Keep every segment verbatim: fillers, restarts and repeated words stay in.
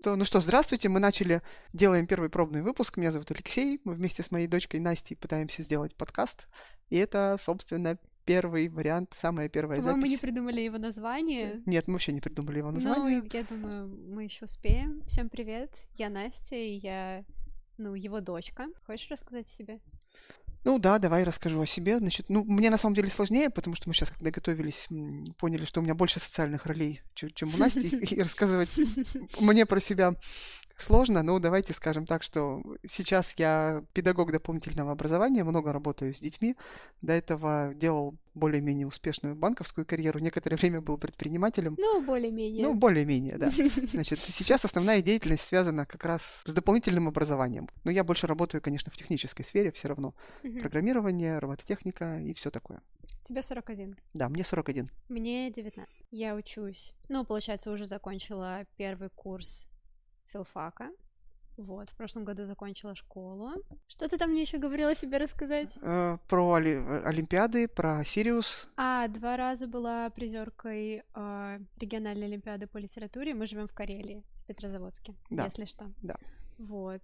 что, ну что, здравствуйте, мы начали, делаем первый пробный выпуск, меня зовут Алексей, мы вместе с моей дочкой Настей пытаемся сделать подкаст, и это, собственно, первый вариант, самая первая По-моему, запись. мы не придумали его название. Нет, мы вообще не придумали его название. Ну, я думаю, мы еще успеем. Всем привет, я Настя, и я, ну, его дочка. Хочешь рассказать о себе? Ну да, давай расскажу о себе. Значит, ну, мне на самом деле сложнее, потому что мы сейчас, когда готовились, поняли, что у меня больше социальных ролей, чем у Насти, и рассказывать мне про себя сложно, но давайте скажем так, что сейчас я педагог дополнительного образования, много работаю с детьми. До этого делал более-менее успешную банковскую карьеру, некоторое время был предпринимателем. Ну, более-менее. Ну, более-менее, да. Значит, сейчас основная деятельность связана как раз с дополнительным образованием. Но я больше работаю, конечно, в технической сфере все равно. Мгм. Программирование, робототехника и все такое. Тебе сорок один. Да, мне сорок один. Мне девятнадцать. Я учусь. Ну, получается, уже закончила первый курс филфака. Вот, в прошлом году закончила школу. Что ты там мне еще говорила себе рассказать? Э, Про оли- олимпиады, про Сириус. А, два раза была призеркой э, региональной олимпиады по литературе. Мы живем в Карелии, в Петрозаводске, Да. если что. Да. Вот.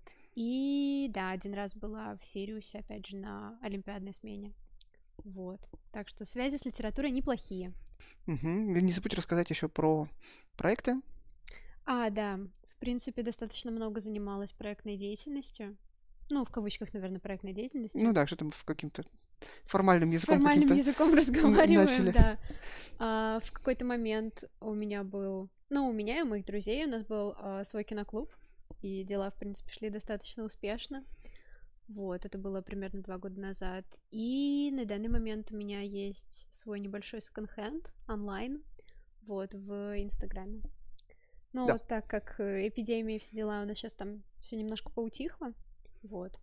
И да, один раз была в Сириусе, опять же, на олимпиадной смене. Вот. Так что связи с литературой неплохие. Мгм. И не забудь рассказать еще про проекты. А, да, в принципе, достаточно много занималась проектной деятельностью. Ну, в кавычках, наверное, проектной деятельностью. Ну да, что там в каким-то формальным языком Формальным каким-то языком разговариваем, начали. да. А, в какой-то момент у меня был, ну, у меня и у моих друзей у нас был а, свой киноклуб, и дела, в принципе, шли достаточно успешно. Вот, это было примерно два года назад. И на данный момент у меня есть свой небольшой секонд-хенд онлайн, вот, в Инстаграме. Но Да. вот так как э, эпидемия и все дела, у нас сейчас там все немножко поутихло, вот.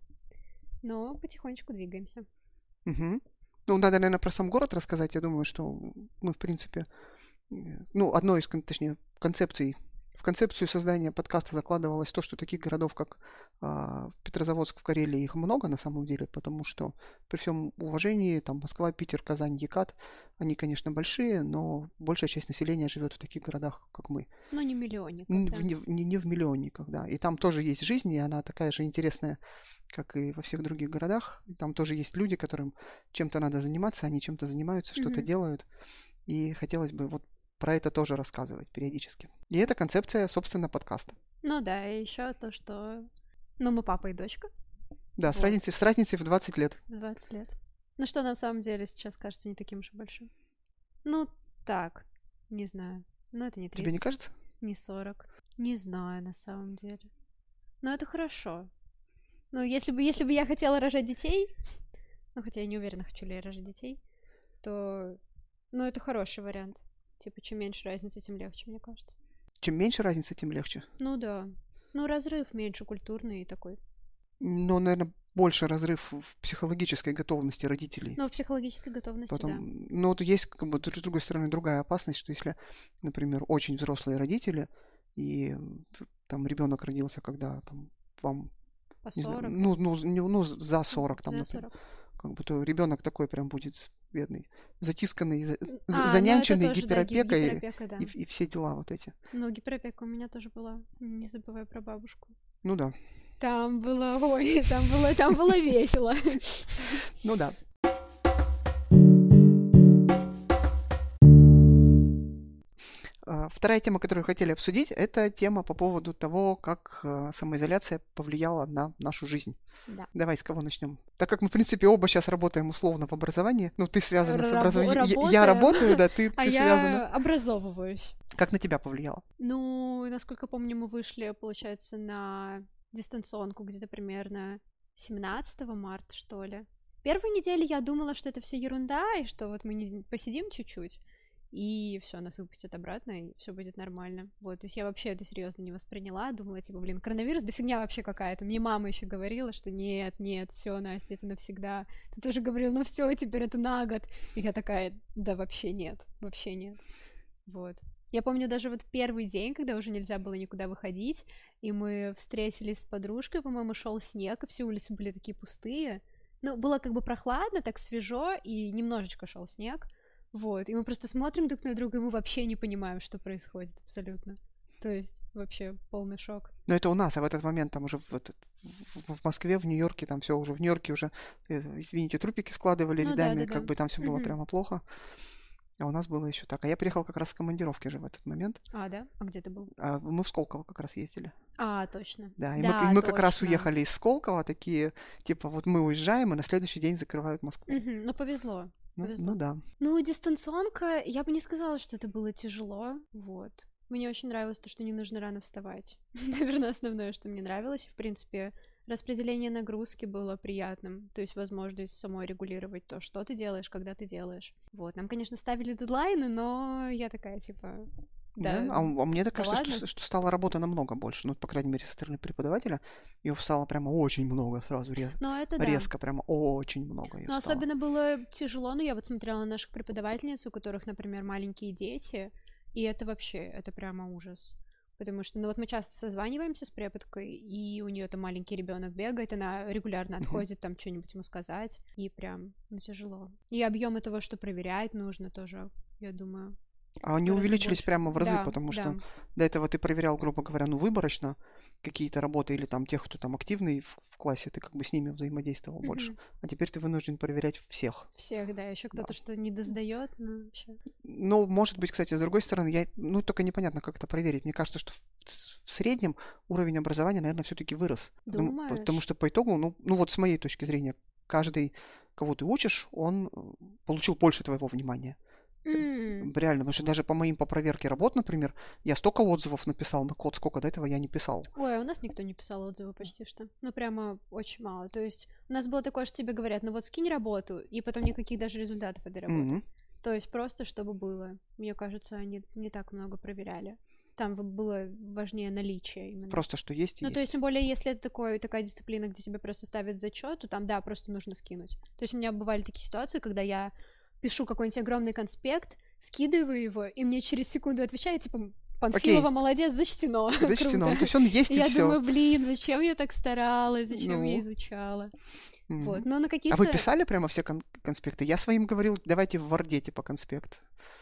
Но потихонечку двигаемся. Мгм. Ну, надо, наверное, про сам город рассказать. Я думаю, что мы, в принципе, э, ну, одной из, кон- точнее, концепций, в концепцию создания подкаста закладывалось то, что таких городов, как а, Петрозаводск в Карелии, их много на самом деле, потому что при всем уважении, там, Москва, Питер, Казань, Екат, они, конечно, большие, но большая часть населения живет в таких городах, как мы. Но не миллионников, Н- да. в- Не, в- не- не в миллионниках, да. И там тоже есть жизнь, и она такая же интересная, как и во всех других городах. И там тоже есть люди, которым чем-то надо заниматься, они чем-то занимаются, что-то Мгм. делают. И хотелось бы вот про это тоже рассказывать периодически. И это концепция, собственно, подкаста. Ну да, и еще то, что... Ну, мы папа и дочка, Да, с Вот. разницей, с разницей в двадцать лет. двадцать лет. Ну, что на самом деле сейчас кажется не таким уж и большим. Ну, так, не знаю. Ну, это не тридцать, Тебе не кажется? не сорок. Не знаю, на самом деле. Но это хорошо. Ну, если бы, если бы я хотела рожать детей, ну, хотя я не уверена, хочу ли я рожать детей, то, ну, это хороший вариант. Типа, чем меньше разницы, тем легче, мне кажется. Чем меньше разница, тем легче. Ну да. Ну, разрыв меньше культурный и такой. Но, наверное, больше разрыв в психологической готовности родителей. Ну, в психологической готовности, Потом, да. ну, вот есть, как бы, с другой стороны, другая опасность, что если, например, очень взрослые родители, и м, там ребенок родился, когда там вам, По не знаю, сорок. ну, ну, з- не- ну, за сорок, там, За например, сорок. как бы, то ребенок такой прям будет бедный, затисканный, за- за- А, ну это занянченный тоже, да, ги- гиперопекой гиперопека, да. и, и все дела вот эти. Ну, гиперопека у меня тоже была. Не забывай про бабушку. Ну да, Там было, ой, там было, там было весело. ну да. А, Вторая тема, которую хотели обсудить, это тема по поводу того, как э, самоизоляция повлияла на нашу жизнь. Да. Давай, с кого начнем? Так как мы, в принципе, оба сейчас работаем условно в образовании, ну, ты связана с Рабо- образованием, я- работаем. я работаю, да, ты, А ты я связана. образовываюсь. Как на тебя повлияло? Ну, насколько помню, мы вышли, получается, на дистанционку где-то примерно семнадцатого марта, что ли. Первую неделю я думала, что это все ерунда, и что вот мы не посидим чуть-чуть, и все, нас выпустят обратно, и все будет нормально. Вот, то есть я вообще это серьезно не восприняла, думала, типа, блин, коронавирус, да фигня вообще какая-то. Мне мама еще говорила, что нет, нет, все, Настя, это навсегда. Ты тоже говорила, ну все, теперь это на год. И я такая, да вообще нет, вообще нет. Вот. Я помню даже вот первый день, когда уже нельзя было никуда выходить, и мы встретились с подружкой, по-моему, шел снег, и все улицы были такие пустые. Ну, было как бы прохладно, так свежо, и немножечко шел снег. Вот, и мы просто смотрим друг на друга, и мы вообще не понимаем, что происходит абсолютно. То есть вообще полный шок. Но это у нас, а в этот момент там уже в, этот, в, в Москве, в Нью-Йорке, там все уже, в Нью-Йорке уже, э, извините, трупики складывали Ну рядами, да, да, как да. бы там все было Мгм. прямо плохо. А у нас было еще так. А я приехал как раз с командировки же в этот момент. А, да? А где ты был? А мы в Сколково как раз ездили. А, точно. Да, и мы, и Да, мы как раз точно. уехали из Сколково, такие, типа, вот мы уезжаем, и на следующий день закрывают Москву. Мгм. Ну, повезло. Ну, Повезло. ну да. Ну, дистанционка, я бы не сказала, что это было тяжело, вот. Мне очень нравилось то, что не нужно рано вставать. Наверное, основное, что мне нравилось. В принципе, распределение нагрузки было приятным. То есть возможность самой регулировать то, что ты делаешь, когда ты делаешь. Вот. Нам, конечно, ставили дедлайны, но я такая, типа... Да? Да, А, м- а мне так да кажется, что, ладно. с- что стало работы намного больше. Ну, по крайней мере, со стороны преподавателя. Ее стало прямо очень много сразу, рез- Но это да. резко, прямо очень много ее Но стало. особенно было тяжело, ну, я вот смотрела на наших преподавательниц, у которых, например, маленькие дети, и это вообще, это прямо ужас. Потому что, ну, вот мы часто созваниваемся с преподкой, и у нее там маленький ребенок бегает, она регулярно Мгм. отходит там что-нибудь ему сказать, и прям, ну, тяжело. И объемы того, что проверять нужно тоже, я думаю, А они гораздо увеличились больше. прямо в разы, Да, потому что да. до этого ты проверял, грубо говоря, ну, выборочно какие-то работы или там тех, кто там активный в, в классе, ты как бы с ними взаимодействовал больше. Мгм. А теперь ты вынужден проверять всех. Всех, да, еще Да. кто-то что не досдает, ну, вообще. Ну, может быть, кстати, с другой стороны, я, ну, только непонятно, как это проверить. Мне кажется, что в, ц- в среднем уровень образования, наверное, все-таки вырос. Потому, потому Думаешь? что по итогу, ну, ну, вот с моей точки зрения, каждый, кого ты учишь, он э, получил больше твоего внимания. М. Реально, потому что даже по моим, по проверке работ, например, я столько отзывов написал на код, сколько до этого я не писал. Ой, а у нас никто не писал отзывы почти что. Ну, прямо очень мало. То есть у нас было такое, что тебе говорят, ну вот скинь работу, и потом никаких даже результатов этой работы. Мгм. То есть просто чтобы было. Мне кажется, они не так много проверяли. Там в- было важнее наличие именно. Просто что есть и Ну, есть. то есть, тем более, если это такой, такая дисциплина, где тебе просто ставят зачет, то там, да, просто нужно скинуть. То есть у меня бывали такие ситуации, когда я пишу какой-нибудь огромный конспект, скидываю его, и мне через секунду отвечает, типа, Панфилова, Окей. молодец, зачтено. Зачтено. Круто. То есть он есть И и я все. думаю, блин, зачем я так старалась, зачем я Ну. изучала. Мгм. Вот, но на А каких-то... вы писали прямо все кон- конспекты? Я своим говорил, давайте в Варде типа конспект.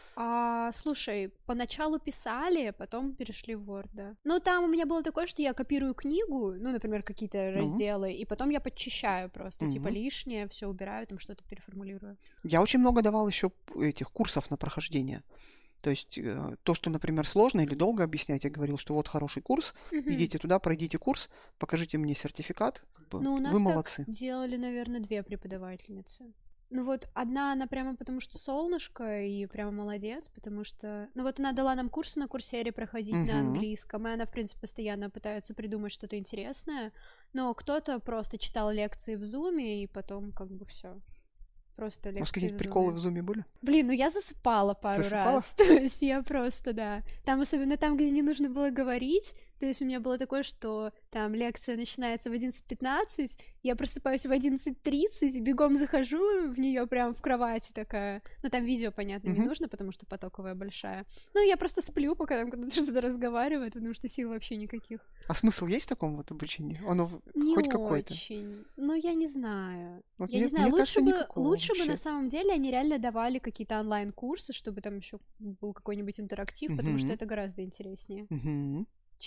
А, слушай, поначалу писали, потом перешли в Word, да. Ну, там у меня было такое, что я копирую книгу, ну, например, какие-то Ну. разделы, и потом я подчищаю просто, типа Мгм. лишнее, все убираю, там что-то переформулирую. Я очень много давал еще этих курсов на прохождение. То есть э, то, что, например, сложно или долго объяснять, я говорил, что вот хороший курс, Мгм. идите туда, пройдите курс, покажите мне сертификат, как бы, Ну, у нас вы так молодцы. делали, наверное, две преподавательницы. Ну вот одна, она прямо потому что солнышко, и прямо молодец, потому что... Ну вот она дала нам курсы на Курсере проходить на Мгм. английском, и она, в принципе, постоянно пытается придумать что-то интересное, но кто-то просто читал лекции в Зуме, и потом как бы все. Просто У вас лекции какие-то в приколы Зуме. в зуме были? Блин, ну я засыпала пару Засыпала? раз. То есть я просто, да. Там, особенно там, где не нужно было говорить, то есть у меня было такое, что там лекция начинается в одиннадцать пятнадцать, я просыпаюсь в одиннадцать тридцать, бегом захожу в нее прям в кровати такая. Ну там видео, понятно, не Мгм. нужно, потому что потоковая большая. Ну я просто сплю, пока там кто-то что-то разговаривает, потому что сил вообще никаких. А смысл есть в таком вот обучении? Оно в- Не хоть какой-то? очень. Ну, я не знаю. Вот Я мне- не знаю, мне лучше кажется, бы, никакого лучше бы на вообще. самом деле они реально давали какие-то онлайн-курсы, чтобы там еще был какой-нибудь интерактив, потому что Мгм. это гораздо интереснее, Мгм.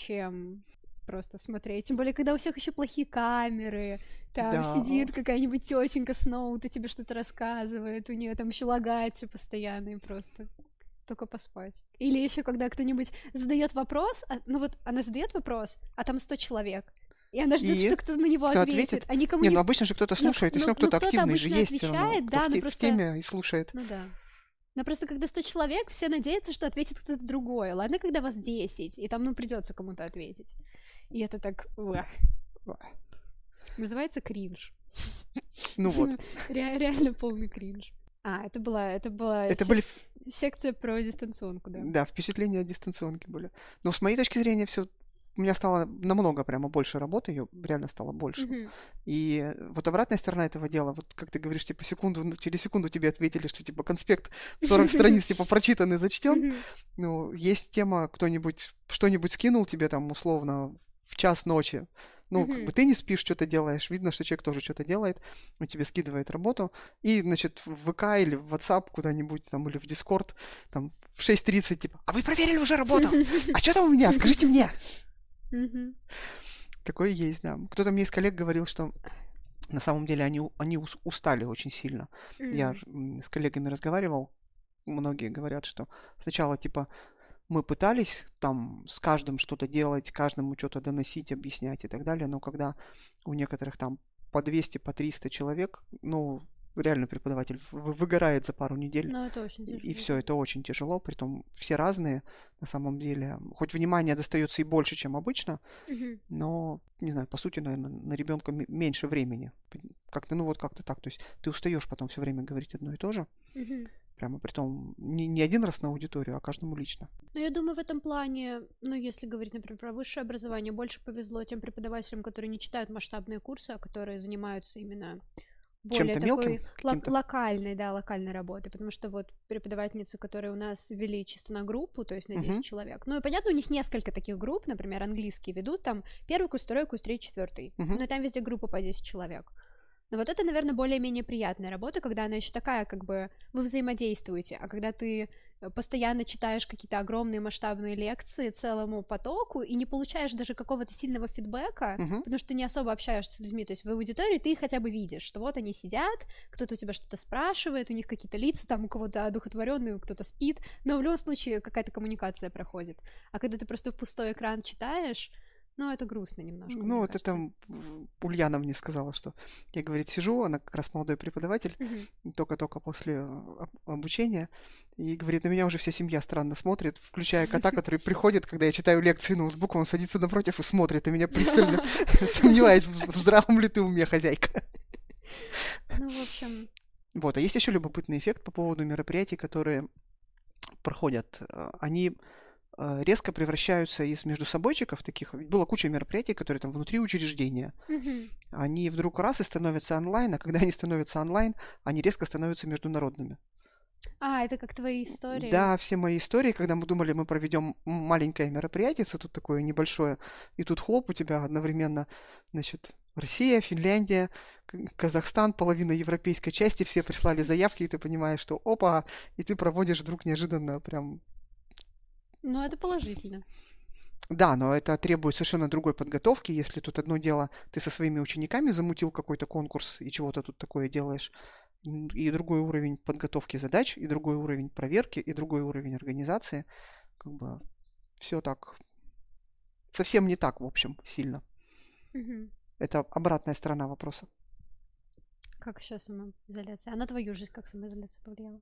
чем просто смотреть. Тем более, когда у всех еще плохие камеры, там Да. сидит какая-нибудь тетенька с ноута, тебе что-то рассказывает, у нее там еще лагает все постоянно и просто только поспать. Или еще когда кто-нибудь задает вопрос, а- ну вот она задает вопрос, а там сто человек. И она ждет, И что кто-то на него кто ответит. ответит? А никому Не, не... ну обычно же кто-то Ну, слушает, если ну, ну, кто-то ну, кто-то активный же обычно есть все равно, отвечает, кто да, в, но те- в просто- теме и слушает. Ну да. Но просто когда сто человек, все надеются, что ответит кто-то другой. Ладно, когда вас десять, и там, ну, придется кому-то ответить. И это так... уah. Уah. Называется кринж. Ну вот. Ре- реально полный кринж. А, это была, это была Это сек- были, секция про дистанционку, да. да, впечатления о дистанционке были. Но с моей точки зрения все у меня стало намного прямо больше работы, ее реально стало больше. Мгм. И вот обратная сторона этого дела, вот как ты говоришь, типа секунду, ну, через секунду тебе ответили, что типа конспект в сорок страниц типа прочитан и зачтен. Мгм. Ну, есть тема, кто-нибудь что-нибудь скинул тебе там условно в час ночи, Ну, как бы Мгм. ты не спишь, что-то делаешь, видно, что человек тоже что-то делает, он тебе скидывает работу, и, значит, в ВК или в WhatsApp куда-нибудь там, или в Discord, там, в шесть тридцать, типа, а вы проверили уже работу? А что там у меня? Скажите мне. Мгм. Такое есть, да. Кто-то мне из коллег говорил, что на самом деле они, у- они ус- устали очень сильно. Я М. м, с коллегами разговаривал, многие говорят, что сначала, типа, мы пытались там с каждым что-то делать, каждому что-то доносить, объяснять и так далее, но когда у некоторых там по двести, по триста человек, ну, реально преподаватель вы- выгорает за пару недель, Ну, это очень и, тяжело, все, да. это очень тяжело, притом все разные, на самом деле. Хоть внимание достается и больше, чем обычно, Мгм. но, не знаю, по сути, наверное, на ребенка меньше времени. Как-то, ну вот как-то так. То есть ты устаешь потом все время говорить одно и то же. Мгм. Прямо притом не, не один раз на аудиторию, а каждому лично. Ну, я думаю, в этом плане, ну, если говорить, например, про высшее образование, больше повезло тем преподавателям, которые не читают масштабные курсы, а которые занимаются именно более Чем-то мелким такой лок- каким-то. локальной, да, локальной работой, потому что вот преподавательницы, которые у нас вели чисто на группу, то есть на десять Мгм. человек, ну и понятно, у них несколько таких групп, например, английский ведут, там первый курс, второй курс, третий, четвертый, Мгм. ну и там везде группа по десять человек. Но вот это, наверное, более-менее приятная работа, когда она еще такая, как бы вы взаимодействуете, а когда ты э, постоянно читаешь какие-то огромные масштабные лекции целому потоку и не получаешь даже какого-то сильного фидбэка, Мгм. потому что ты не особо общаешься с людьми, то есть в аудитории ты хотя бы видишь, что вот они сидят, кто-то у тебя что-то спрашивает, у них какие-то лица, там у кого-то одухотворенные, кто-то спит, но в любом случае какая-то коммуникация проходит. А когда ты просто в пустой экран читаешь, ну, это грустно немножко, Ну, мне вот это кажется. м, Ульяна мне сказала, что я, говорит, сижу, она как раз молодой преподаватель, Мгм. только-только после э, об- обучения, и говорит, на меня уже вся семья странно смотрит, включая кота, который приходит, когда я читаю лекции ноутбуком, он садится напротив и смотрит, и меня пристально, сомневаясь, в в здравом ли ты уме, хозяйка. Ну, в общем, Вот, а есть еще любопытный эффект по поводу мероприятий, которые проходят. Э, Они э, резко превращаются из междусобойчиков таких. Ведь была куча мероприятий, которые там внутри учреждения. мгм. Они вдруг раз и становятся онлайн, а когда они становятся онлайн, они резко становятся международными. А, это как твои истории. Да, все мои истории, когда мы думали, мы проведем м- маленькое мероприятие, тут такое небольшое, и тут хлоп, у тебя одновременно, значит, Россия, Финляндия, К- Казахстан, половина европейской части, все прислали заявки, и ты понимаешь, что опа, и ты проводишь вдруг неожиданно прям. Ну, это положительно. Да, но это требует совершенно другой подготовки. Если тут одно дело, ты со своими учениками замутил какой-то конкурс и чего-то тут такое делаешь, м, и другой уровень подготовки задач, и другой уровень проверки, и другой уровень организации, как бы все так совсем не так, в общем, сильно. Мгм. Это обратная сторона вопроса. Как еще самоизоляция? А на твою жизнь как самоизоляция повлияла?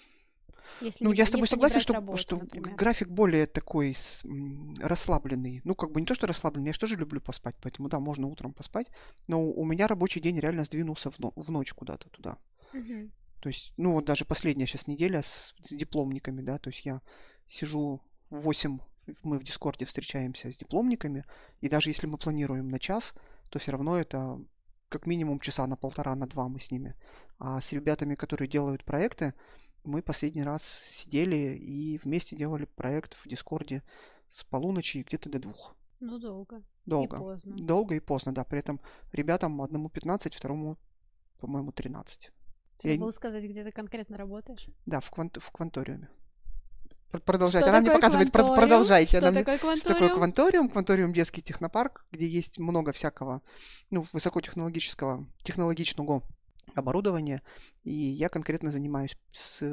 Если Ну, не, я бра- с тобой если не согласен, брать что, работу, что г- например. график более такой с- м, расслабленный. Ну, как бы не то, что расслабленный, я же тоже люблю поспать, поэтому да, можно утром поспать. Но у меня рабочий день реально сдвинулся в, но- в ночь куда-то туда. Мгм. То есть, ну вот даже последняя сейчас неделя с, с дипломниками, да, то есть я сижу в восемь, мы в Дискорде встречаемся с дипломниками, и даже если мы планируем на час, то все равно это как минимум часа на полтора, на два мы с ними. А с ребятами, которые делают проекты, мы последний раз сидели и вместе делали проект в Дискорде с полуночи где-то до двух. Ну, долго. И Долго. поздно. Долго и поздно, да. При этом ребятам одному пятнадцать, второму, по-моему, тринадцать. Ты Я забыла сказать, где ты конкретно работаешь? Да, в, квант- в кванториуме. Пр- Продолжайте. Что Она мне такое показывает, «Прод- кванториум? продолжайте. Она Что мне... такое Что такое кванториум? кванториум? Кванториум детский технопарк, где есть много всякого, ну, высокотехнологического, технологичного оборудования. И я конкретно занимаюсь с,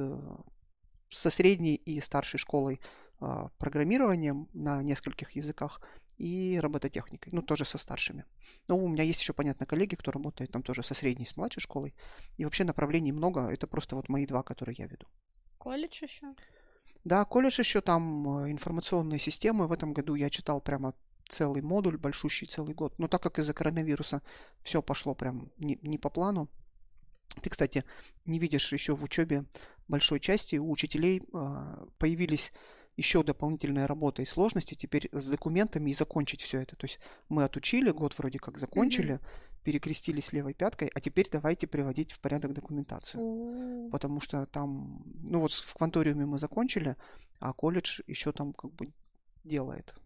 со средней и старшей школой а, программированием на нескольких языках и робототехникой, ну, тоже со старшими. Но у меня есть еще, понятно, коллеги, кто работает там тоже со средней, с младшей школой. И вообще направлений много, это просто вот мои два, которые я веду. Колледж еще? Да, колледж еще там э, информационные системы. В этом году я читал прямо целый модуль, большущий целый год. Но так как из-за коронавируса все пошло прям не, не по плану. Ты, кстати, не видишь еще в учебе большой части. У учителей э, появились еще дополнительные работы и сложности теперь с документами и закончить все это. То есть мы отучили, год вроде как закончили, Мгм. перекрестились левой пяткой, а теперь давайте приводить в порядок документацию. У. Потому что там, ну вот в кванториуме мы закончили, а колледж еще там как бы делает.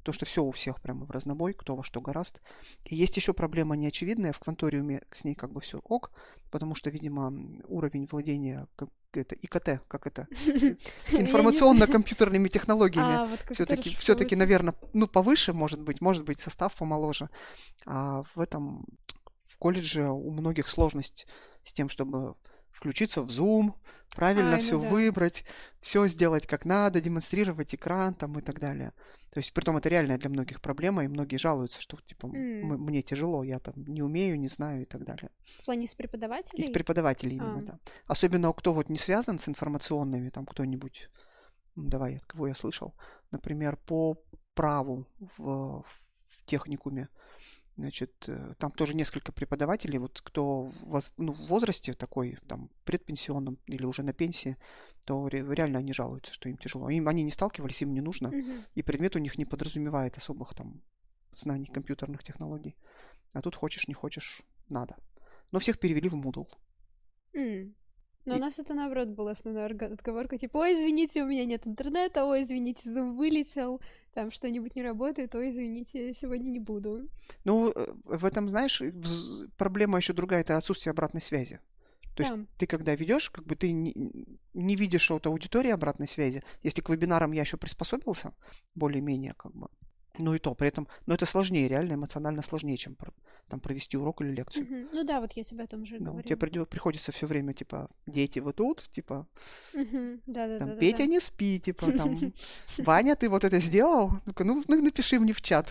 Потому что все у всех прямо в разнобой, кто во что гораст. И есть еще проблема неочевидная. В кванториуме с ней как бы все ок, потому что, видимо, уровень владения как это, ИКТ, как это, информационно-компьютерными технологиями все-таки, все-таки, наверное, ну, повыше, может быть, может быть, состав помоложе. А в этом, в колледже у многих сложность с тем, чтобы включиться в Zoom, правильно Ай, все ну да. выбрать, все сделать как надо, демонстрировать экран там и так далее. То есть, притом это реальная для многих проблема, и многие жалуются, что типа М. м- мне тяжело, я там не умею, не знаю и так далее. В плане с И преподавателей? с преподавателей именно, А. да. Особенно кто вот не связан с информационными, там кто-нибудь, ну, давай, от кого я слышал, например, по праву в, в техникуме. Значит, э, там тоже несколько преподавателей, вот кто в, воз- ну, в возрасте такой, там, предпенсионном или уже на пенсии, то ре- реально они жалуются, что им тяжело. Им, они не сталкивались, им не нужно, Мгм. и предмет у них не подразумевает особых там знаний компьютерных технологий. А тут хочешь, не хочешь, надо. Но всех перевели в Moodle. М. Но у И- нас это наоборот была основная орга- отговорка, типа, ой, извините, у меня нет интернета, ой, извините, Zoom вылетел, там что-нибудь не работает, ой, извините, сегодня не буду. Ну, э, в этом, знаешь, вз- проблема еще другая, это отсутствие обратной связи. То есть Да. ты когда ведешь, как бы ты не, не видишь от аудитории обратной связи. Если к вебинарам я еще приспособился, более-менее, как бы, ну и то, при этом, но это сложнее, реально эмоционально сложнее, чем про- там провести урок или лекцию. Мгм. Ну да, вот я тебе о том же и Ну, говорила. тебе придё- приходится все время, типа, дети, вы тут, типа, Мгм. там, Да-да-да-да-да. Петя, не спи, типа, там, Ваня, ты вот это сделал? Ну-ка, ну, ну, напиши мне в чат.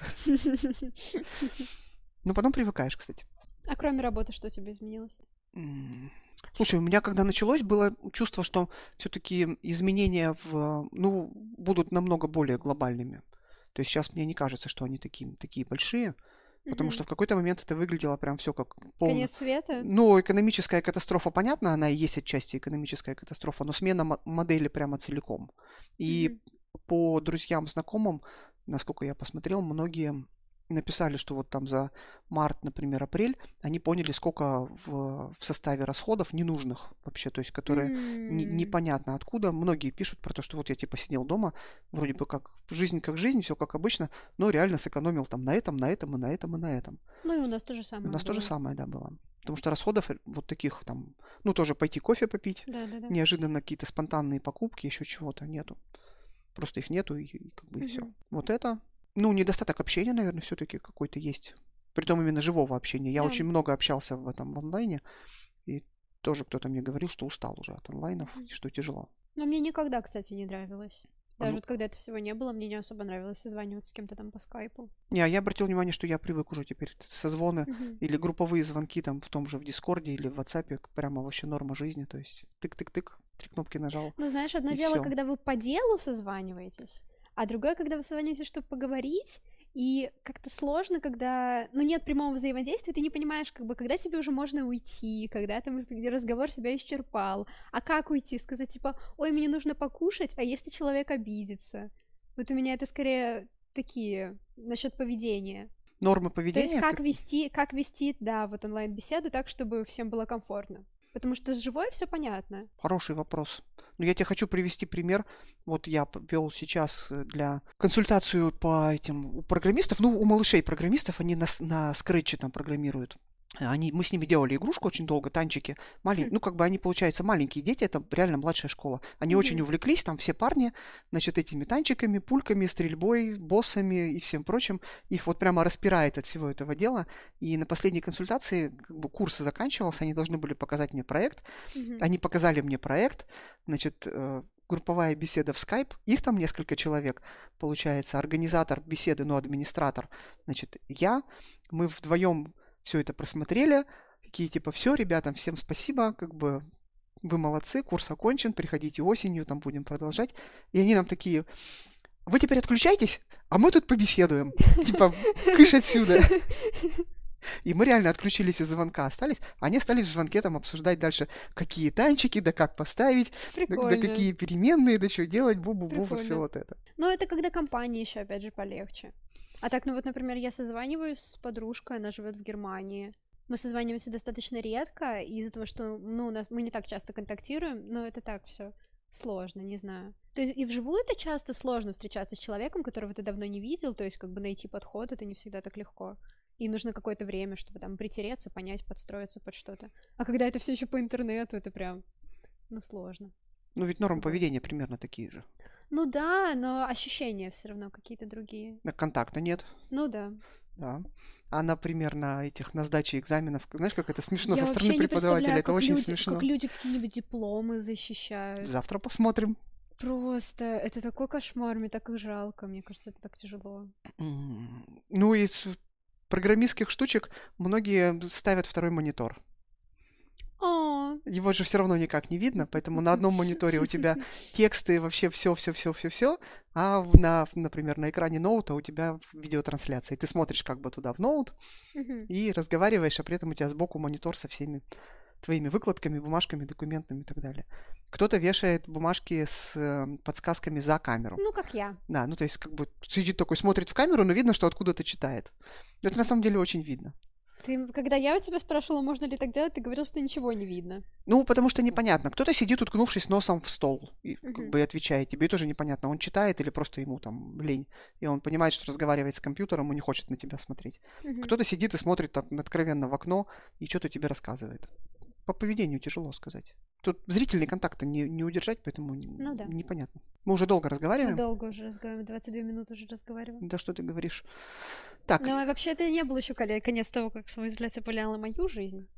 Ну, потом привыкаешь, кстати. А кроме работы, что у тебя изменилось? М, Слушай, у меня когда началось, было чувство, что все-таки изменения в, ну, будут намного более глобальными. То есть сейчас мне не кажется, что они такие, такие большие, потому Мгм. что в какой-то момент это выглядело прям все как полно. Конец света? Ну, экономическая катастрофа, понятно, она и есть отчасти экономическая катастрофа, но смена мо- модели прямо целиком. И Мгм. по друзьям, знакомым, насколько я посмотрел, многие написали, что вот там за март, например, апрель, они поняли, сколько в, в составе расходов ненужных вообще, то есть которые не- М. непонятно откуда. Многие пишут про то, что вот я типа сидел дома, вроде бы как жизнь как жизнь, все как обычно, но реально сэкономил там на этом, на этом и на этом и на этом. Ну и у нас то же У самое нас то же было. самое, да, было. Потому что расходов э, вот таких там, ну тоже пойти кофе попить, Да-да-да. неожиданно какие-то спонтанные покупки, еще чего-то нету. Просто их нету, и, и как бы и все. Мгм. Вот это. Ну, недостаток общения, наверное, все-таки какой-то есть. Притом именно живого общения. Я Да. очень много общался в этом в онлайне, и тоже кто-то мне говорил, что устал уже от онлайнов, Мгм. и что тяжело. Но мне никогда, кстати, не нравилось. А Даже ну- вот когда этого всего не было, мне не особо нравилось созваниваться с кем-то там по скайпу. Не, а я обратил внимание, что я привык уже теперь созвоны Мгм. или групповые звонки там в том же в Дискорде или в WhatsApp, прямо вообще норма жизни. То есть тык-тык-тык, три кнопки нажал. Ну, знаешь, одно И дело, всё. когда вы по делу созваниваетесь, а другое, когда вы созваниваетесь, чтобы поговорить, и как-то сложно, когда, ну, нет прямого взаимодействия, ты не понимаешь, как бы, когда тебе уже можно уйти, когда там разговор себя исчерпал, а как уйти, сказать, типа, ой, мне нужно покушать, а если человек обидится? Вот у меня это скорее такие, насчет поведения. Нормы То поведения. есть как вести, как вести, да, вот онлайн-беседу так, чтобы всем было комфортно. Потому что с живой все понятно. Хороший вопрос. Но я тебе хочу привести пример. Вот я вел сейчас э, для консультацию по этим у программистов, ну, у малышей программистов, они на, с- на скретче там программируют. Они, мы с ними делали игрушку очень долго, танчики. Малень, Хм. ну, как бы они, получается, маленькие дети, это реально младшая школа. Они Мгм. очень увлеклись, там все парни, значит, этими танчиками, пульками, стрельбой, боссами и всем прочим. Их вот прямо распирает от всего этого дела. И на последней консультации, как бы, курс заканчивался, они должны были показать мне проект. Мгм. Они показали мне проект, значит, э, групповая беседа в Skype, их там несколько человек, получается, организатор беседы, ну, администратор, значит, я, мы вдвоем все это просмотрели, такие, типа, все, ребятам, всем спасибо, как бы, вы молодцы, курс окончен, приходите осенью, там будем продолжать. И они нам такие, вы теперь отключайтесь, а мы тут побеседуем. Типа, кыш отсюда. И мы реально отключились из звонка, остались. Они остались в звонке там обсуждать дальше, какие танчики, да как поставить, да, да Прикольно. какие переменные, да что делать, бу-бу-бу, вот все Прикольно. вот это. Но это когда компания еще, опять же, полегче. А так, ну вот, например, я созваниваюсь с подружкой, она живет в Германии. Мы созваниваемся достаточно редко из-за того, что, ну, у нас мы не так часто контактируем, но это так все. сложно, не знаю. То есть и вживую это часто сложно встречаться с человеком, которого ты давно не видел, то есть как бы найти подход, это не всегда так легко. И нужно какое-то время, чтобы там притереться, понять, подстроиться под что-то. А когда это все еще по интернету, это прям, ну, сложно. Ну, ведь нормы Вот. поведения примерно такие же. Ну да, но ощущения все равно какие-то другие. На контакта нет. Ну да. Да. А, например, на этих, на сдаче экзаменов, знаешь, как это смешно Я со вообще стороны не преподавателя, представляю, это как очень люди, смешно. как люди какие-нибудь дипломы защищают. Завтра посмотрим. Просто это такой кошмар, мне так их жалко, мне кажется, это так тяжело. М, Ну, из программистских штучек многие ставят второй монитор. О, Его же все равно никак не видно, поэтому на одном мониторе у тебя тексты, вообще все, все, все, все, все, а в- на, например, на экране ноута у тебя видеотрансляция. И ты смотришь как бы туда в ноут Мгм. и разговариваешь, а при этом у тебя сбоку монитор со всеми твоими выкладками, бумажками, документами и так далее. Кто-то вешает бумажки с э, подсказками за камеру. Ну, как я. Да, ну то есть как бы сидит такой, смотрит в камеру, но видно, что откуда-то читает. Но это на самом деле очень видно. Ты, когда я у тебя спрашивала, можно ли так делать, ты говорил, что ничего не видно. Ну, потому что непонятно. Кто-то сидит, уткнувшись носом в стол, и как Мгм. бы и отвечает. Тебе тоже непонятно, он читает или просто ему там лень. И он понимает, что разговаривает с компьютером и не хочет на тебя смотреть. Мгм. Кто-то сидит и смотрит так откровенно в окно и что-то тебе рассказывает. По поведению тяжело сказать. Тут зрительный контакт не, не удержать, поэтому н- Ну да. непонятно. Мы уже долго Мы разговариваем. долго уже разговариваем, двадцать две минуты уже разговариваем. Да что ты говоришь? Так, Но вообще это не был еще конец того, как самоизоляция повлияла на мою жизнь.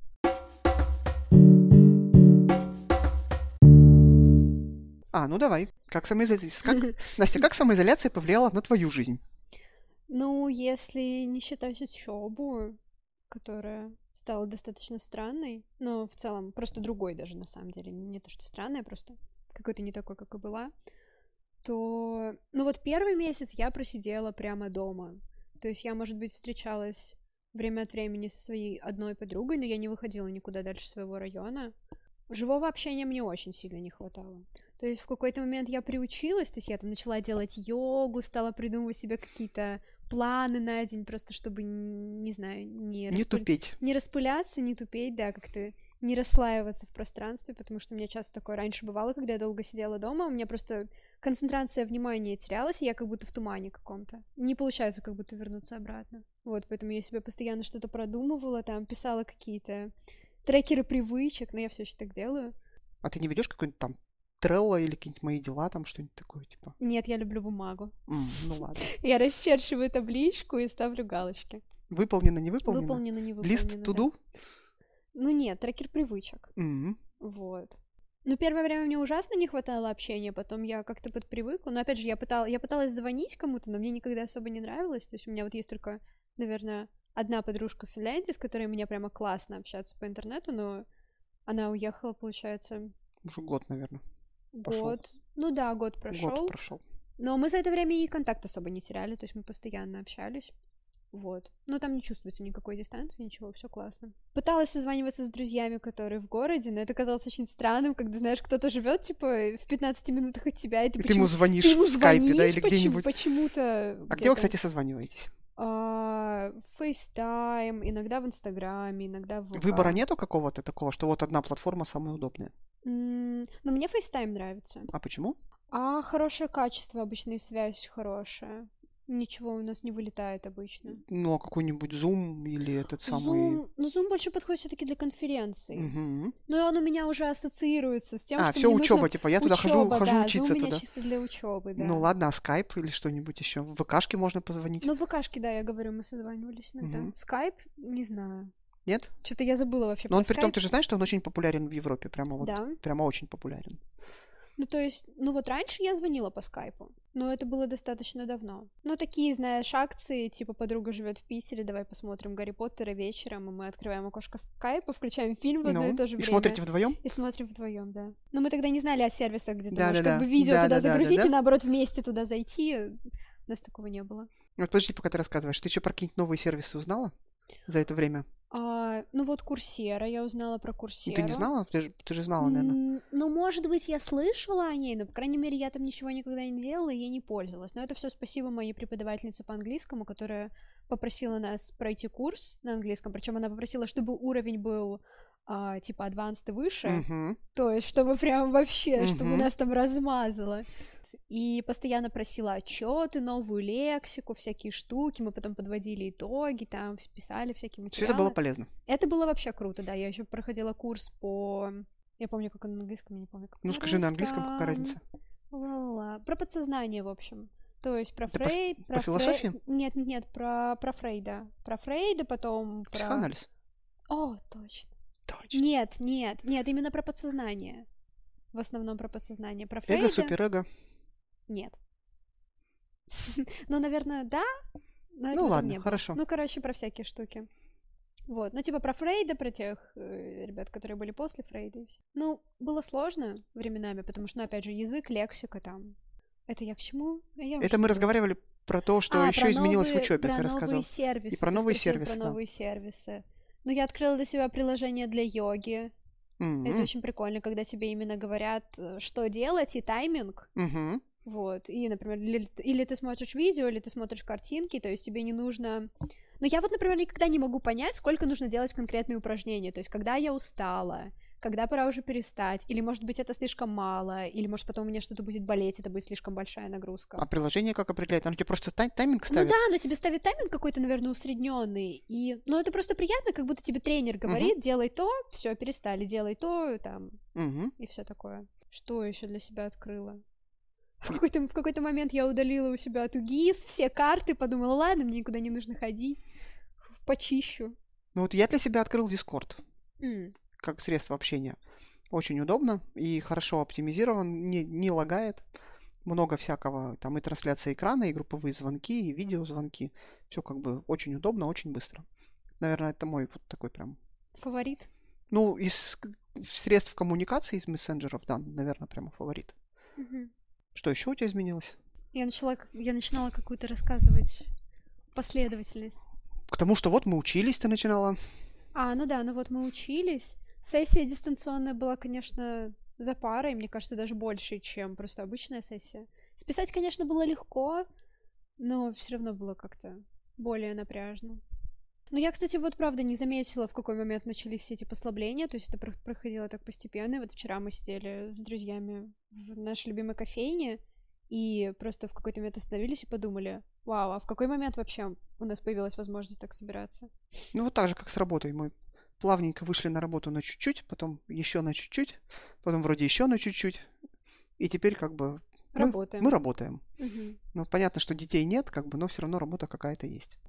а, ну давай. Как самоизоляция... Как... Настя, как самоизоляция повлияла на твою жизнь? Ну, если не считать учебу, которая стала достаточно странной, но в целом просто другой даже на самом деле, не то что странная, просто какой-то не такой, как и была, то, ну вот первый месяц я просидела прямо дома. То есть я, может быть, встречалась время от времени со своей одной подругой, но я не выходила никуда дальше своего района. Живого общения мне очень сильно не хватало. То есть в какой-то момент я приучилась, то есть я там начала делать йогу, стала придумывать себе какие-то планы на день, просто чтобы, н- не знаю, не, Не распыль- тупеть. не распыляться, не тупеть, да, как-то не расслаиваться в пространстве, потому что у меня часто такое раньше бывало, когда я долго сидела дома, у меня просто концентрация внимания терялась, и я как будто в тумане каком-то. Не получается как будто вернуться обратно. Вот, поэтому я себе постоянно что-то продумывала, там, писала какие-то трекеры привычек, но я все еще так делаю. А ты не ведешь какой-нибудь там Трелло или какие-нибудь мои дела, там что-нибудь такое, типа? Нет, я люблю бумагу. М, ну ладно. Я расчерчиваю табличку и ставлю галочки. Выполнено, не выполнено? Выполнено, не выполнено. Лист да. туду? Ну нет, трекер привычек. М, Вот. Ну, первое время мне ужасно не хватало общения, потом я как-то подпривыкла. Но опять же, я, пытала, я пыталась звонить кому-то, но мне никогда особо не нравилось. То есть у меня вот есть только, наверное, одна подружка в Финляндии, с которой мне прямо классно общаться по интернету, но она уехала, получается, Уже год, наверное. Пошёл. год. Ну да, год прошел. Год прошел. Но мы за это время и контакт особо не теряли, то есть мы постоянно общались. Вот. Но там не чувствуется никакой дистанции, ничего, все классно. Пыталась созваниваться с друзьями, которые в городе, но это казалось очень странным, когда, знаешь, кто-то живет типа, в пятнадцати минутах от тебя, и ты, И ты почему- ему звонишь ты ему в скайпе, да, звонишь или почему- где-нибудь. почему-то А где вы, где-то. кстати, созваниваетесь? А, FaceTime, иногда в Инстаграме, иногда в ВК. Выбора нету какого-то такого, что вот одна платформа самая удобная? М, Но мне FaceTime нравится. А почему? А хорошее качество обычно и связь хорошая. Ничего у нас не вылетает обычно. Ну, а какой-нибудь Zoom или этот самый... Zoom, ну Zoom больше подходит все-таки для конференций. Мгм. Но он у меня уже ассоциируется с тем, А, что все мне учеба, нужно типа, я туда хожу, учёба, хожу да. учиться Zoom у меня туда. чисто для учебы, да. Ну ладно, а скайп или что-нибудь еще? В ВКшке можно позвонить? Ну, в ВКшке, да, я говорю, мы созванивались иногда. Мгм. Скайп, не знаю. Нет? Что-то я забыла вообще Но он про при том, скайп. ты же знаешь, что он очень популярен в Европе, прямо вот, Да. прямо очень популярен. Ну, то есть, ну вот раньше я звонила по скайпу, но это было достаточно давно. Ну, такие, знаешь, акции, типа подруга живет в Питере, давай посмотрим Гарри Поттера вечером, и мы открываем окошко скайпа, включаем фильм в одно Ну, и то же и время. смотрите вдвоем? И смотрим вдвоем, да. Но мы тогда не знали о сервисах, где ты можешь Да-да-да. как бы видео туда Да-да-да-да-да. загрузить и наоборот вместе туда зайти. У нас такого не было. Вот подожди, пока ты рассказываешь. Ты еще про какие-нибудь новые сервисы узнала за это время? А, ну вот Курсера, я узнала про Курсеру. Ты не знала? Ты же, ты же знала, наверное. М, Ну, может быть, я слышала о ней, но, по крайней мере, я там ничего никогда не делала и ей не пользовалась. Но это все спасибо моей преподавательнице по английскому, которая попросила нас пройти курс на английском. Причем она попросила, чтобы уровень был а, типа advanced и выше, Мгм. то есть чтобы прям вообще, чтобы Мгм. нас там размазало. И постоянно просила отчеты, новую лексику, всякие штуки, мы потом подводили итоги, там писали всякие Все это было материалы. полезно. Это было вообще круто, да, я еще проходила курс по... Я помню, как он на английском, я не помню, как Ну, скажи на английском, какая разница? Ла-ла-ла. Про подсознание, в общем. То есть про Это по, Фрейд... по Про философии? Фрей... Нет, нет, нет, про, про Фрейда. Про Фрейда, потом про... Психоанализ? О, точно. Точно. Нет, нет, нет, именно про подсознание. В основном про подсознание. Про Фрейда... Эго, суперэго? Нет. Ну, наверное, да, но Ну этого там ладно, не было. хорошо. Ну, короче, про всякие штуки. Вот, ну, типа про Фрейда, про тех э, ребят, которые были после Фрейда и все. Ну, было сложно временами, потому что, ну, опять же, язык, лексика там. Это я к чему? Я уже Это мы забыла. разговаривали про то, что А, еще про изменилось в новые- учебе, про ты новые рассказал. сервисы. И про Ты новые спросил сервисы, про да. новые сервисы. Ну, я открыла для себя приложение для йоги. Мгм. Это очень прикольно, когда тебе именно говорят, э, что делать, и тайминг. Мгм. Вот, и, например, или, или ты смотришь видео, или ты смотришь картинки, то есть тебе не нужно... Ну, я вот, например, никогда не могу понять, сколько нужно делать конкретные упражнения, то есть когда я устала, когда пора уже перестать, или, может быть, это слишком мало, или, может, потом у меня что-то будет болеть, это будет слишком большая нагрузка. А приложение как определяет? Оно тебе просто тай- тайминг Ну ставит? да, но тебе ставит тайминг какой-то, наверное, усредненный, и... Ну, это просто приятно, как будто тебе тренер говорит, делай то, все, перестали, делай то, там, Мгм. и все такое. Что еще для себя открыла? В какой-то, в какой-то момент я удалила у себя тугис, все карты, подумала, ладно, мне никуда не нужно ходить, почищу. Ну вот я для себя открыл Discord М, как средство общения. Очень удобно и хорошо оптимизирован, не, не лагает. Много всякого, там и трансляция экрана, и групповые звонки, и видеозвонки. Все как бы очень удобно, очень быстро. Наверное, это мой вот такой прям... Фаворит? Ну, из к- средств коммуникации, из мессенджеров, да, наверное, прямо фаворит. Мгм. Что еще у тебя изменилось? Я начала, к- я начинала какую-то рассказывать последовательность. К тому, что вот мы учились, ты начинала. А, ну да, ну вот мы учились. Сессия дистанционная была, конечно, за парой, мне кажется, даже больше, чем просто обычная сессия. Списать, конечно, было легко, но все равно было как-то более напряжно. Ну, я, кстати, вот правда не заметила, в какой момент начались все эти послабления, то есть это про- проходило так постепенно. И вот вчера мы сидели с друзьями в нашей любимой кофейне, и просто в какой-то момент остановились и подумали, вау, а в какой момент вообще у нас появилась возможность так собираться? Ну, вот так же, как с работой. Мы плавненько вышли на работу на чуть-чуть, потом еще на чуть-чуть, потом вроде еще на чуть-чуть. И теперь как бы мы, Работаем. мы работаем. Мгм. Ну, понятно, что детей нет, как бы, но все равно работа какая-то есть.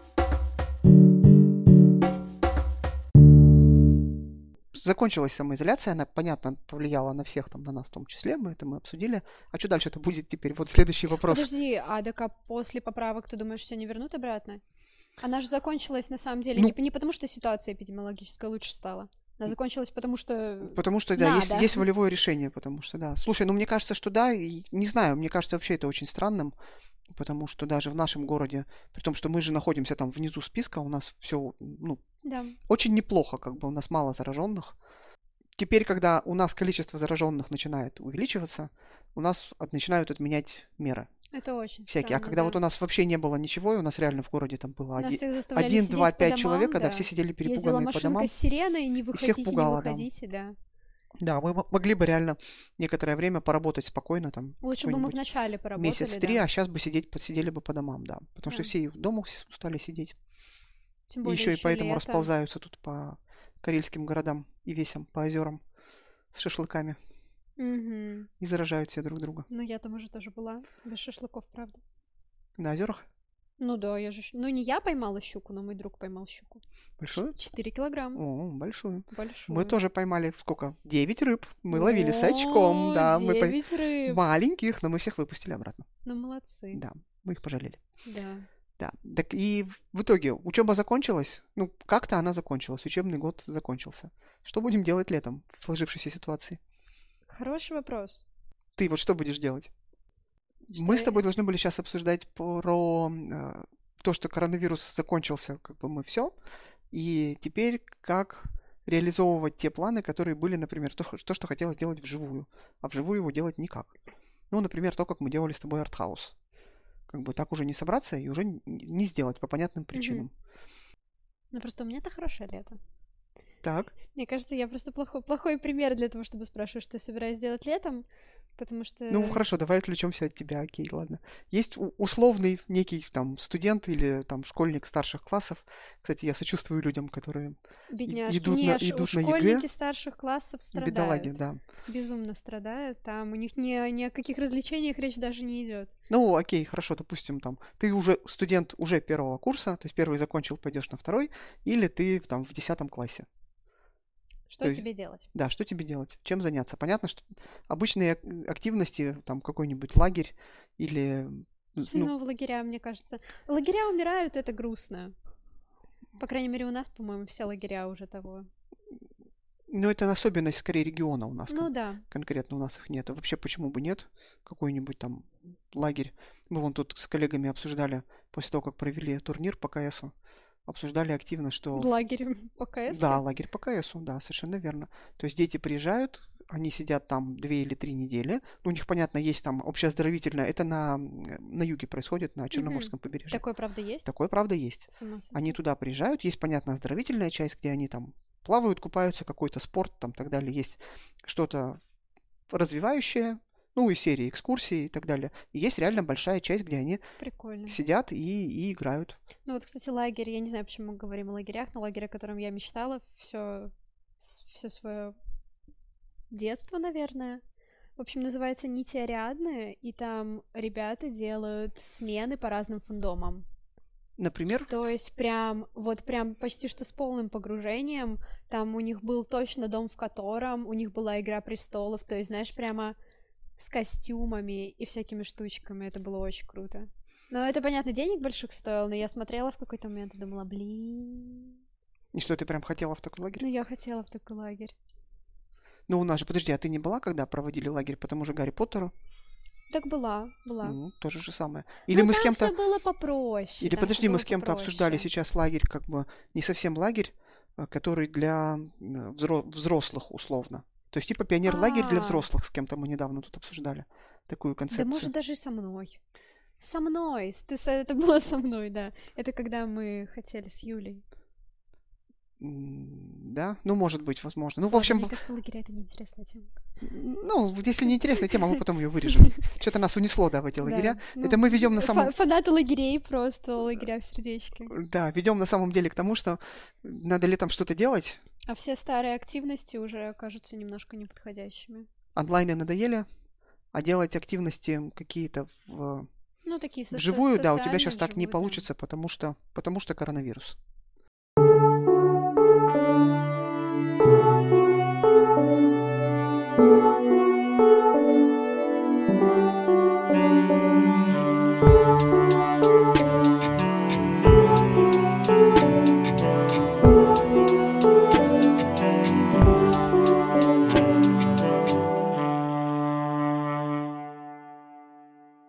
Закончилась самоизоляция, она, понятно, повлияла на всех, там, на нас в том числе, мы это мы обсудили. А что дальше это будет теперь? Вот следующий вопрос. Подожди, а так а после поправок, ты думаешь, все не вернут обратно? Она же закончилась на самом деле Ну- не, не потому, что ситуация эпидемиологическая лучше стала. Она закончилась потому, что... Потому что, да, есть, Надо. есть волевое решение, потому что, да. Слушай, ну мне кажется, что да, и не знаю, мне кажется вообще это очень странным, потому что даже в нашем городе, при том, что мы же находимся там внизу списка, у нас все, ну, Да. очень неплохо, как бы у нас мало зараженных. Теперь, когда у нас количество зараженных начинает увеличиваться, у нас от- начинают отменять меры Это очень всякие. А странно, когда да. вот у нас вообще не было ничего, и у нас реально в городе там было Нас один, всех заставляли один, сидеть два, по пять домам, человека, да, да. все сидели Ездила перепуганные по машинка домам. с сиреной, не всех выходите, пугало, не да. выходите, да. Да, мы м- могли бы реально некоторое время поработать спокойно там. Лучше бы мы какой-нибудь вначале поработали, месяц три, да. а сейчас бы сидеть, посидели бы по домам, да. Потому что Да. все и дома с- устали сидеть. Тем И более еще и ещё поэтому лето. расползаются тут по карельским городам и весям, по озерам с шашлыками. Мгм. И заражают все друг друга. Ну, я там уже тоже была. Без шашлыков, правда. На озерах? Ну да, я же... щ- Ну, не я поймала щуку, но мой друг поймал щуку. Большую? Четыре килограмма. О, большую. Большую. Мы тоже поймали сколько? Девять рыб. Мы ловили с очком, О, да. Мы по- девять рыб. маленьких, но мы всех выпустили обратно. Ну, молодцы. Да, мы их пожалели. Да. Да. Так и в итоге учеба закончилась. Ну, как-то она закончилась. Учебный год закончился. Что будем делать летом в сложившейся ситуации? Хороший вопрос. Ты вот что будешь делать? Что Мы с я- тобой должны были сейчас обсуждать про э, то, что коронавирус закончился, как бы мы все. И теперь как реализовывать те планы, которые были, например, то, х- то, что хотелось делать вживую. А вживую его делать никак. Ну, например, то, как мы делали с тобой артхаус. Как бы так уже не собраться и уже н- не сделать по понятным причинам. Ну, просто у меня-то хорошее лето. Так. Мне кажется, я просто плохой, плохой пример для того, чтобы спрашивать, что я собираюсь делать летом, потому что... Ну, хорошо, давай отвлечемся от тебя, окей, ладно. Есть у- условный некий там студент или там школьник старших классов. Кстати, я сочувствую людям, которые и- Бедняжки. идут на, Не, ш- идут на школьники ЕГЭ, старших классов бедолаги, страдают. да. Безумно страдают. Там у них ни, ни о каких развлечениях речь даже не идет. Ну, окей, хорошо, допустим, там, ты уже студент уже первого курса, то есть первый закончил, пойдешь на второй, или ты там в десятом классе. То Что есть, тебе делать? да, что тебе делать? Чем заняться? Понятно, что обычные ак- активности, там какой-нибудь лагерь или, ну, Ну, в лагеря, мне кажется. Лагеря умирают, это грустно. По крайней мере, у нас, по-моему, все лагеря уже того. ну, это особенность скорее региона у нас. Ну кон- да. Конкретно у нас их нет. А вообще, почему бы нет? Какой-нибудь там лагерь. Мы вон тут с коллегами обсуждали, после того, как провели турнир по КСу, обсуждали активно, что... Лагерь по КС. Да, лагерь по КСу, да, совершенно верно. То есть дети приезжают, они сидят там две или три недели. Ну, у них, понятно, есть там общеоздоровительное. Это на, м, на юге происходит, на Черноморском побережье. Такое, правда, есть? Такое, правда, есть. С ума сойти. Они туда приезжают, есть, понятно, оздоровительная часть, где они там плавают, купаются, какой-то спорт там так далее. Есть что-то развивающее, ну, и серии экскурсий и так далее. И есть реально большая часть, где они Прикольно. сидят и, и играют. Ну вот, кстати, лагерь, я не знаю, почему мы говорим о лагерях, но лагерь, о котором я мечтала все, все свое детство, наверное. В общем, называется «Нити Ариадны», и там ребята делают смены по разным фандомам. Например, То есть прям, вот прям почти что с полным погружением. Там у них был точно дом, в котором у них была «Игра престолов», то есть, знаешь, прямо с костюмами и всякими штучками. Это было очень круто. Но это, понятно, денег больших стоило, но я смотрела в какой-то момент и думала, блин, и что ты прям хотела в такой лагерь? ну я хотела в такой лагерь. Ну, у нас же, подожди, а ты не была, когда проводили лагерь по тому же Гарри Поттеру? Так была, была. Ну, то же же самое. Или Ну, мы с там кем-то... всё было попроще. Или там подожди, всё мы было с кем-то обсуждали попроще. сейчас лагерь, как бы не совсем лагерь, а который для м, взро- взрослых условно. То есть типа пионер-лагерь для А. взрослых с кем-то мы недавно тут обсуждали такую Да, концепцию. может, даже и со мной. Со мной. с- Ты, со- это было со мной, да. Это когда мы хотели с Юлей. М, Да, ну может быть, возможно. Ну, в Ладно, общем, мне кажется, лагеря — это неинтересная тема. ну, вот если неинтересная тема, мы потом ее вырежем. Что-то нас унесло, да, в эти лагеря. Да, ну, Это мы ведем на фа- самом... Фанаты лагерей просто, лагеря в сердечке. Да, ведем на самом деле к тому, что надо летом что-то делать. А все старые активности уже кажутся немножко неподходящими. Онлайны надоели, а делать активности какие-то в Ну, такие со- со- вживую, да, у тебя социальные сейчас так не вживую, да. получится, потому что, потому что коронавирус.